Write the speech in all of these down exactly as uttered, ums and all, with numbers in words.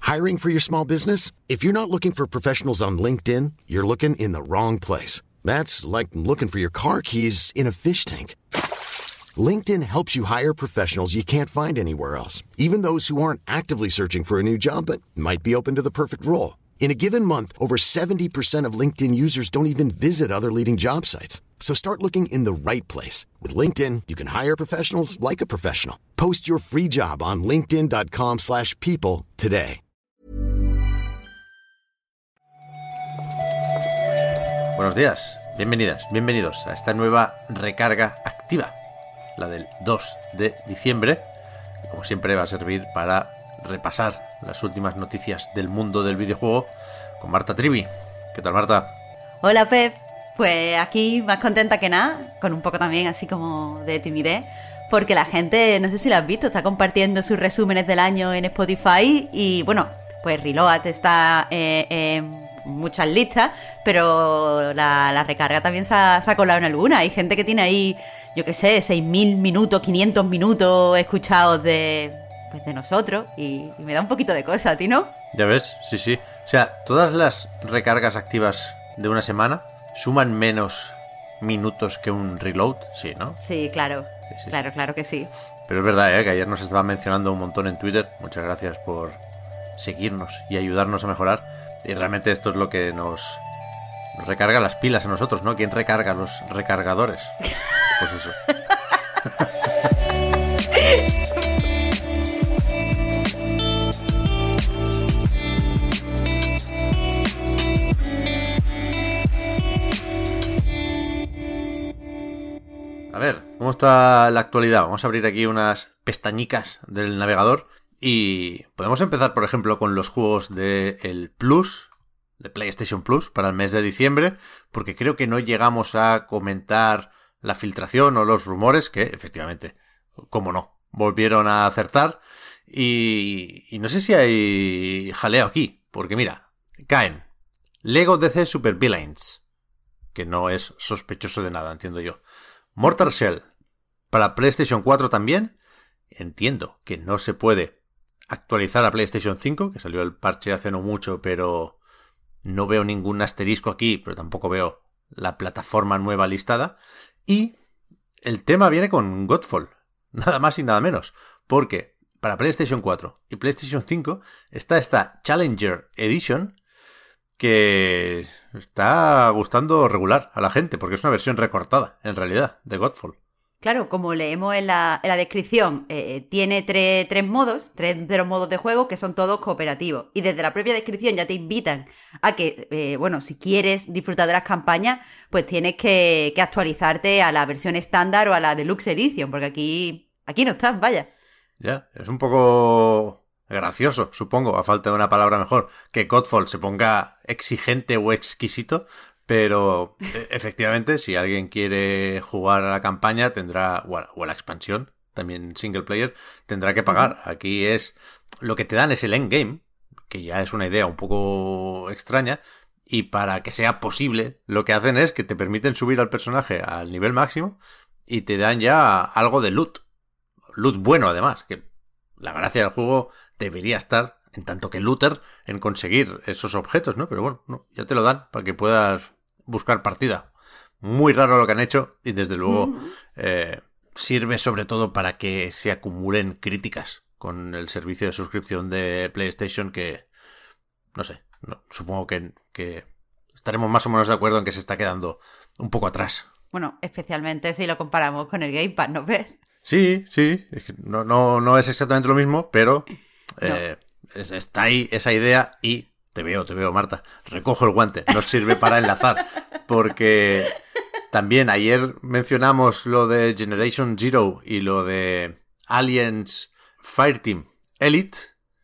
Hiring for your small business? If you're not looking for professionals on LinkedIn, you're looking in the wrong place. That's like looking for your car keys in a fish tank. LinkedIn helps you hire professionals you can't find anywhere else, even those who aren't actively searching for a new job but might be open to the perfect role. In a given month, over seventy percent of LinkedIn users don't even visit other leading job sites. So start looking in the right place. With LinkedIn, you can hire professionals like a professional. Post your free job on linkedin.com slash people today. Buenos días, bienvenidas, bienvenidos a esta nueva recarga activa, la del dos de diciembre, que como siempre va a servir para repasar las últimas noticias del mundo del videojuego con Marta Trivi. ¿Qué tal, Marta? Hola, Pep. Pues aquí más contenta que nada, con un poco también así como de timidez, porque la gente, no sé si lo has visto, está compartiendo sus resúmenes del año en Spotify y bueno, pues Reload está eh, en muchas listas, pero la, la recarga también se ha, se ha colado en alguna. Hay gente que tiene ahí, yo qué sé, seis mil minutos, quinientos minutos escuchados de, pues de nosotros y, y me da un poquito de cosa, ¿a ti no? Ya ves, sí, sí. O sea, todas las recargas activas de una semana suman menos minutos que un reload, sí, ¿no? Sí, claro, sí, sí, claro, sí. claro que sí. Pero es verdad, ¿eh? Que ayer nos estaban mencionando un montón en Twitter. Muchas gracias por seguirnos y ayudarnos a mejorar. Y realmente esto es lo que nos, nos recarga las pilas a nosotros, ¿no? ¿Quién recarga los recargadores? Pues eso. A ver, ¿cómo está la actualidad? Vamos a abrir aquí unas pestañicas del navegador y podemos empezar, por ejemplo, con los juegos del Plus, de PlayStation Plus, para el mes de diciembre, porque creo que no llegamos a comentar la filtración o los rumores, que efectivamente, cómo no, volvieron a acertar. Y, y no sé si hay jaleo aquí, porque mira, caen Lego D C Super Villains, que no es sospechoso de nada, entiendo yo. Mortal Shell, para PlayStation cuatro también. Entiendo que no se puede actualizar a PlayStation cinco, que salió el parche hace no mucho, pero no veo ningún asterisco aquí, pero tampoco veo la plataforma nueva listada. Y el tema viene con Godfall, nada más y nada menos, porque para PlayStation cuatro y PlayStation cinco está esta Challenger Edition, que está gustando regular a la gente, porque es una versión recortada, en realidad, de Godfall. Claro, como leemos en la, en la descripción, eh, tiene tres, tres modos, tres de los modos de juego que son todos cooperativos. Y desde la propia descripción ya te invitan a que, eh, bueno, si quieres disfrutar de las campañas, pues tienes que, que actualizarte a la versión estándar o a la Deluxe Edition, porque aquí, aquí no están, vaya. Ya, es un poco gracioso, supongo, a falta de una palabra mejor, que Godfall se ponga exigente o exquisito, pero efectivamente, si alguien quiere jugar a la campaña, tendrá, bueno, o a la expansión, también single player, tendrá que pagar. Uh-huh. Aquí es, lo que te dan es el endgame, que ya es una idea un poco extraña, y para que sea posible, lo que hacen es que te permiten subir al personaje al nivel máximo y te dan ya algo de loot. Loot bueno, además, que la gracia del juego debería estar, en tanto que looter, en conseguir esos objetos, ¿no? Pero bueno, no, ya te lo dan para que puedas buscar partida. Muy raro lo que han hecho y desde luego mm. eh, sirve sobre todo para que se acumulen críticas con el servicio de suscripción de PlayStation, que no sé, no, supongo que, que estaremos más o menos de acuerdo en que se está quedando un poco atrás. Bueno, especialmente si lo comparamos con el Game Pass, ¿no ves? Sí, sí, es que no, no, no es exactamente lo mismo, pero eh, no. es, está ahí esa idea y te veo, te veo, Marta, recojo el guante, nos sirve para enlazar, porque también ayer mencionamos lo de Generation Zero y lo de Aliens Fireteam Elite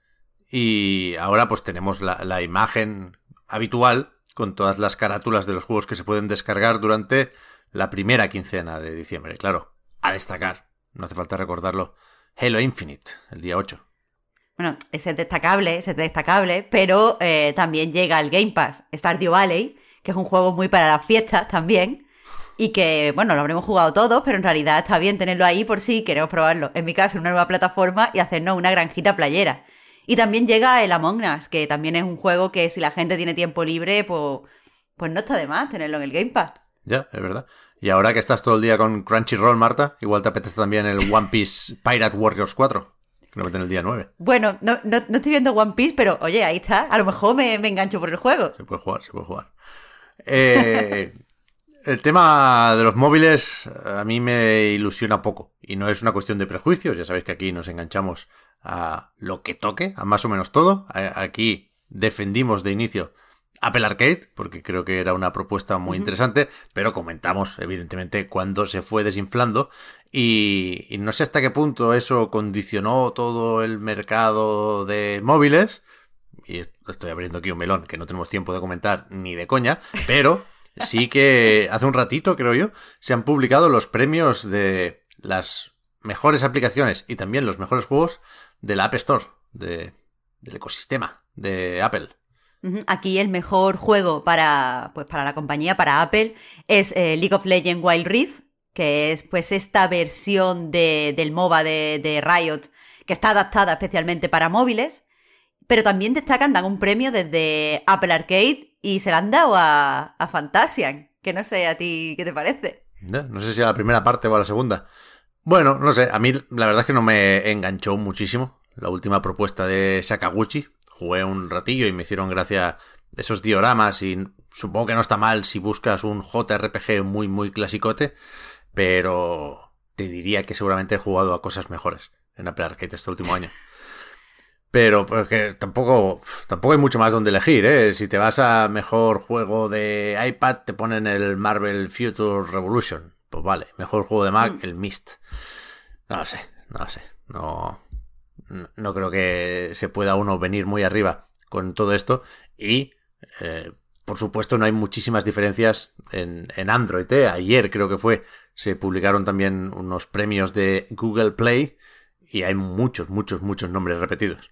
y ahora pues tenemos la, la imagen habitual con todas las carátulas de los juegos que se pueden descargar durante la primera quincena de diciembre, claro, a destacar. No hace falta recordarlo. Halo Infinite, el día ocho. Bueno, ese es destacable, ese es destacable, pero eh, también llega el Game Pass, Stardew Valley, que es un juego muy para las fiestas también, y que, bueno, lo habremos jugado todos, pero en realidad está bien tenerlo ahí por si queremos probarlo. En mi caso, en una nueva plataforma y hacernos una granjita playera. Y también llega el Among Us, que también es un juego que si la gente tiene tiempo libre, pues, pues no está de más tenerlo en el Game Pass. Ya, es verdad. Y ahora que estás todo el día con Crunchyroll, Marta, igual te apetece también el One Piece Pirate Warriors cuatro, que lo meten el día nueve. Bueno, no, no, no estoy viendo One Piece, pero oye, ahí está. A lo mejor me, me engancho por el juego. Se puede jugar, se puede jugar. Eh, el tema de los móviles a mí me ilusiona poco. Y no es una cuestión de prejuicios. Ya sabéis que aquí nos enganchamos a lo que toque, a más o menos todo. Aquí defendimos de inicio Apple Arcade, porque creo que era una propuesta muy uh-huh. interesante, pero comentamos, evidentemente, cuando se fue desinflando y, y no sé hasta qué punto eso condicionó todo el mercado de móviles, y estoy abriendo aquí un melón que no tenemos tiempo de comentar ni de coña, pero sí que hace un ratito, creo yo, se han publicado los premios de las mejores aplicaciones y también los mejores juegos de la App Store, de, del ecosistema de Apple. Aquí el mejor juego para, pues para la compañía, para Apple, es eh, League of Legends Wild Rift, que es pues esta versión de, del MOBA de, de Riot, que está adaptada especialmente para móviles, pero también destacan, dan un premio desde Apple Arcade y se lo han dado a, a Fantasian, que no sé a ti qué te parece. No, no sé si a la primera parte o a la segunda. Bueno, no sé, a mí la verdad es que no me enganchó muchísimo la última propuesta de Sakaguchi. Jugué un ratillo y me hicieron gracia esos dioramas y supongo que no está mal si buscas un J R P G muy muy clasicote, pero te diría que seguramente he jugado a cosas mejores en Apple Arcade este último año. Pero porque tampoco tampoco hay mucho más donde elegir, ¿eh? Si te vas a mejor juego de iPad te ponen el Marvel Future Revolution. Pues vale, mejor juego de Mac, mm. el Myst. No lo sé, no lo sé, no... No creo que se pueda uno venir muy arriba con todo esto y, eh, por supuesto, no hay muchísimas diferencias en, en Android. ¿eh? Ayer creo que fue, se publicaron también unos premios de Google Play y hay muchos, muchos, muchos nombres repetidos.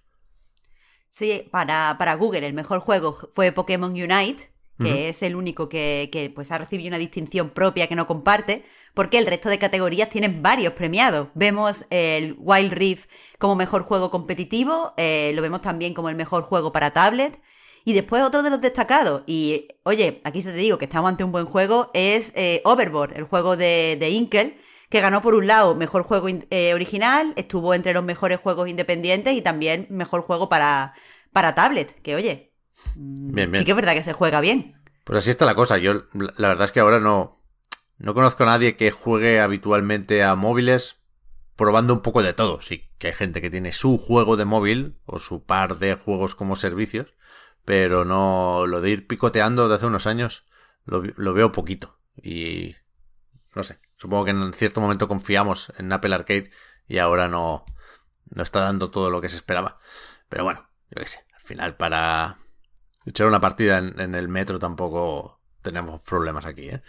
Sí, para, para Google el mejor juego fue Pokémon Unite, que uh-huh. es el único que, que pues ha recibido una distinción propia que no comparte, porque el resto de categorías tienen varios premiados. Vemos el Wild Rift como mejor juego competitivo, eh, lo vemos también como el mejor juego para tablet, y después otro de los destacados, y oye, aquí se te digo que estamos ante un buen juego, es eh, Overboard, el juego de, de Inkel, que ganó por un lado mejor juego eh, original, estuvo entre los mejores juegos independientes y también mejor juego para, para tablet, que oye... Bien, bien. Sí que es verdad que se juega bien. Pues así está la cosa. Yo la verdad es que ahora no, no conozco a nadie que juegue habitualmente a móviles probando un poco de todo. Sí que hay gente que tiene su juego de móvil o su par de juegos como servicios, pero no lo de ir picoteando de hace unos años lo, lo veo poquito. Y no sé, supongo que en cierto momento confiamos en Apple Arcade y ahora no, no está dando todo lo que se esperaba. Pero bueno, yo qué sé, al final para... echar una partida en, en el metro tampoco tenemos problemas aquí, ¿eh?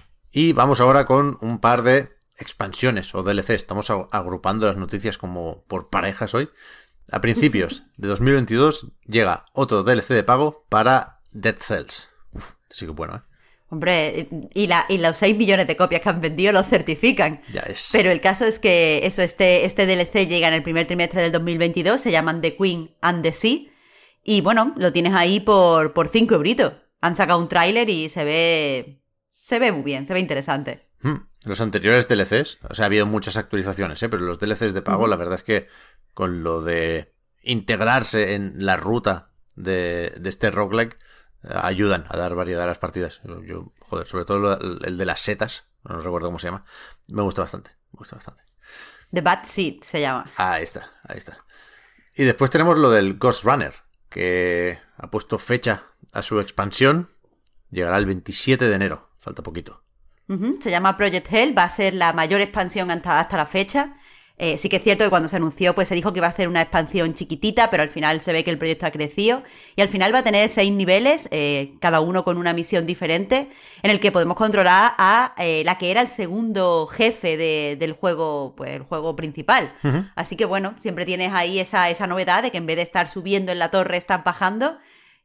Y vamos ahora con un par de expansiones o D L C. Estamos agrupando las noticias como por parejas hoy. A principios de dos mil veintidós llega otro D L C de pago para Dead Cells. Uf, sí que bueno, ¿eh? Hombre, y, la, y los seis millones de copias que han vendido lo certifican. Ya es. Pero el caso es que eso, este, este D L C llega en el primer trimestre del dos mil veintidós. Se llaman The Queen and the Sea. Y bueno, lo tienes ahí por, por cinco euritos. Han sacado un tráiler y se ve... Se ve muy bien, se ve interesante. Hmm. Los anteriores D L Cs, o sea, ha habido muchas actualizaciones, ¿eh? Pero los D L Cs de pago, uh-huh. la verdad es que con lo de integrarse en la ruta de, de este roguelike, eh, ayudan a dar variedad a las partidas. Yo, yo joder, sobre todo lo, el de las setas, no recuerdo cómo se llama, me gusta bastante, me gusta bastante. The Bad Seed se llama. Ahí está, ahí está. Y después tenemos lo del Ghost Runner, que ha puesto fecha a su expansión. Llegará el veintisiete de enero. Falta poquito. Uh-huh. Se llama Project Hell. Va a ser la mayor expansión hasta, hasta la fecha. Eh, sí que es cierto que cuando se anunció pues se dijo que iba a hacer una expansión chiquitita, pero al final se ve que el proyecto ha crecido. Y al final va a tener seis niveles, eh, cada uno con una misión diferente, en el que podemos controlar a eh, la que era el segundo jefe de, del juego, pues el juego principal. Uh-huh. Así que bueno, siempre tienes ahí esa, esa novedad de que en vez de estar subiendo en la torre, estás bajando.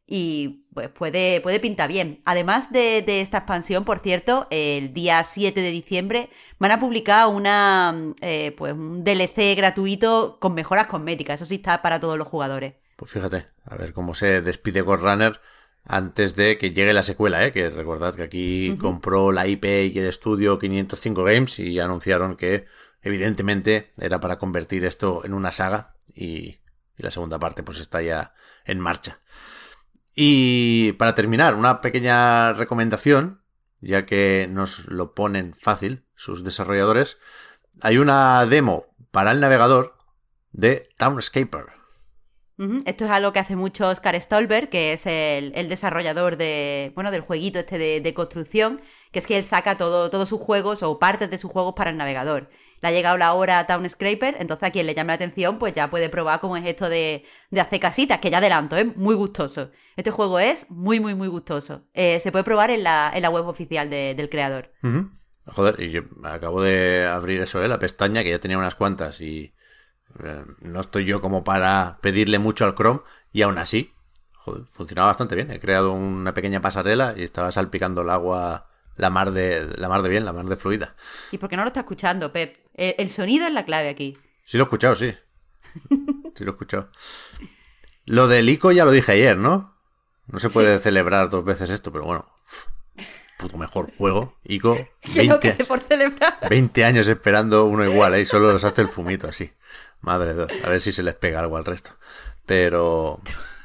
Y pues puede, puede pintar bien. Además de, de esta expansión, por cierto, el día siete de diciembre van a publicar una eh, pues un D L C gratuito con mejoras cosméticas. Eso sí está para todos los jugadores. Pues fíjate, a ver cómo se despide Ghost Runner antes de que llegue la secuela, ¿eh? Que recordad que aquí uh-huh. compró la I P y el estudio quinientos cinco Games y anunciaron que evidentemente era para convertir esto en una saga y, y la segunda parte pues está ya en marcha. Y para terminar, una pequeña recomendación, ya que nos lo ponen fácil sus desarrolladores. Hay una demo para el navegador de Townscaper. Uh-huh. Esto es algo que hace mucho Oscar Stolberg, que es el, el desarrollador de, bueno, del jueguito este de, de construcción, que es que él saca todo, todos sus juegos o partes de sus juegos para el navegador. Le ha llegado la hora a Townscaper, entonces a quien le llame la atención pues ya puede probar cómo es esto de, de hacer casitas, que ya adelanto, es muy gustoso. Este juego es muy, muy, muy gustoso. Eh, se puede probar en la, en la web oficial de, del creador. Uh-huh. Joder, y yo acabo de abrir eso, ¿eh? La pestaña, que ya tenía unas cuantas y... no estoy yo como para pedirle mucho al Chrome y aún así, joder, funcionaba bastante bien. He creado una pequeña pasarela y estaba salpicando el agua la mar de la mar de bien, la mar de fluida. ¿Y por qué no lo está escuchando, Pep? El, el sonido es la clave aquí. Sí lo he escuchado, sí. Sí lo he escuchado. Lo del I C O ya lo dije ayer, ¿no? No se puede sí. celebrar dos veces esto, pero bueno. Puto mejor juego, I C O. veinte, por celebrar. veinte años esperando uno igual, ¿eh? Y solo los hace el fumito así. Madre de Dios, a ver si se les pega algo al resto. Pero...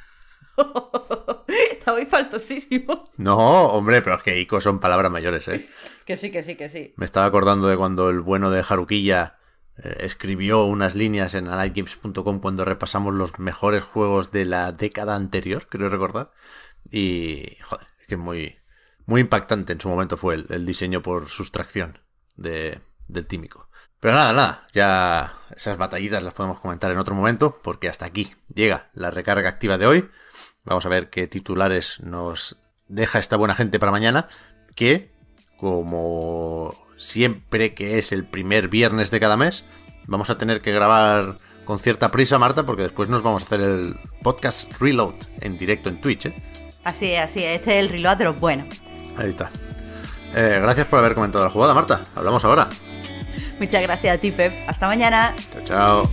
Está muy faltosísimo. No, hombre, pero es que I C O son palabras mayores, ¿eh? Que sí, que sí, que sí. Me estaba acordando de cuando el bueno de Harukiya eh, escribió unas líneas en anightgames punto com cuando repasamos los mejores juegos de la década anterior, creo recordar. Y, joder, es que muy, muy impactante en su momento fue el, el diseño por sustracción de, del tímico. Pero nada, nada, ya esas batallitas las podemos comentar en otro momento, porque hasta aquí llega la recarga activa de hoy. Vamos a ver qué titulares nos deja esta buena gente para mañana, que, como siempre que es el primer viernes de cada mes, vamos a tener que grabar con cierta prisa, Marta, porque después nos vamos a hacer el podcast Reload en directo en Twitch, ¿eh? Así es, así es, este es el Reload de los buenos. Ahí está. Eh, gracias por haber comentado la jugada, Marta. Hablamos ahora. Muchas gracias a ti, Pep. Hasta mañana. Chao, chao.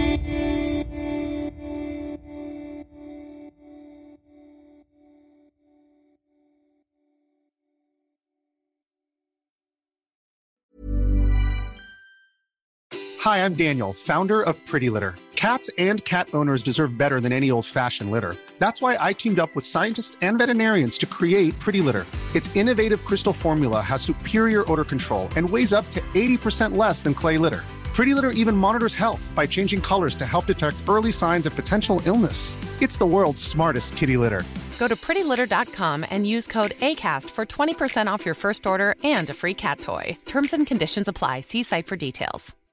Hi, I'm Daniel, founder of Pretty Litter. Cats and cat owners deserve better than any old-fashioned litter. That's why I teamed up with scientists and veterinarians to create Pretty Litter. Its innovative crystal formula has superior odor control and weighs up to eighty percent less than clay litter. Pretty Litter even monitors health by changing colors to help detect early signs of potential illness. It's the world's smartest kitty litter. Go to pretty litter dot com and use code ACAST for twenty percent off your first order and a free cat toy. Terms and conditions apply. See site for details.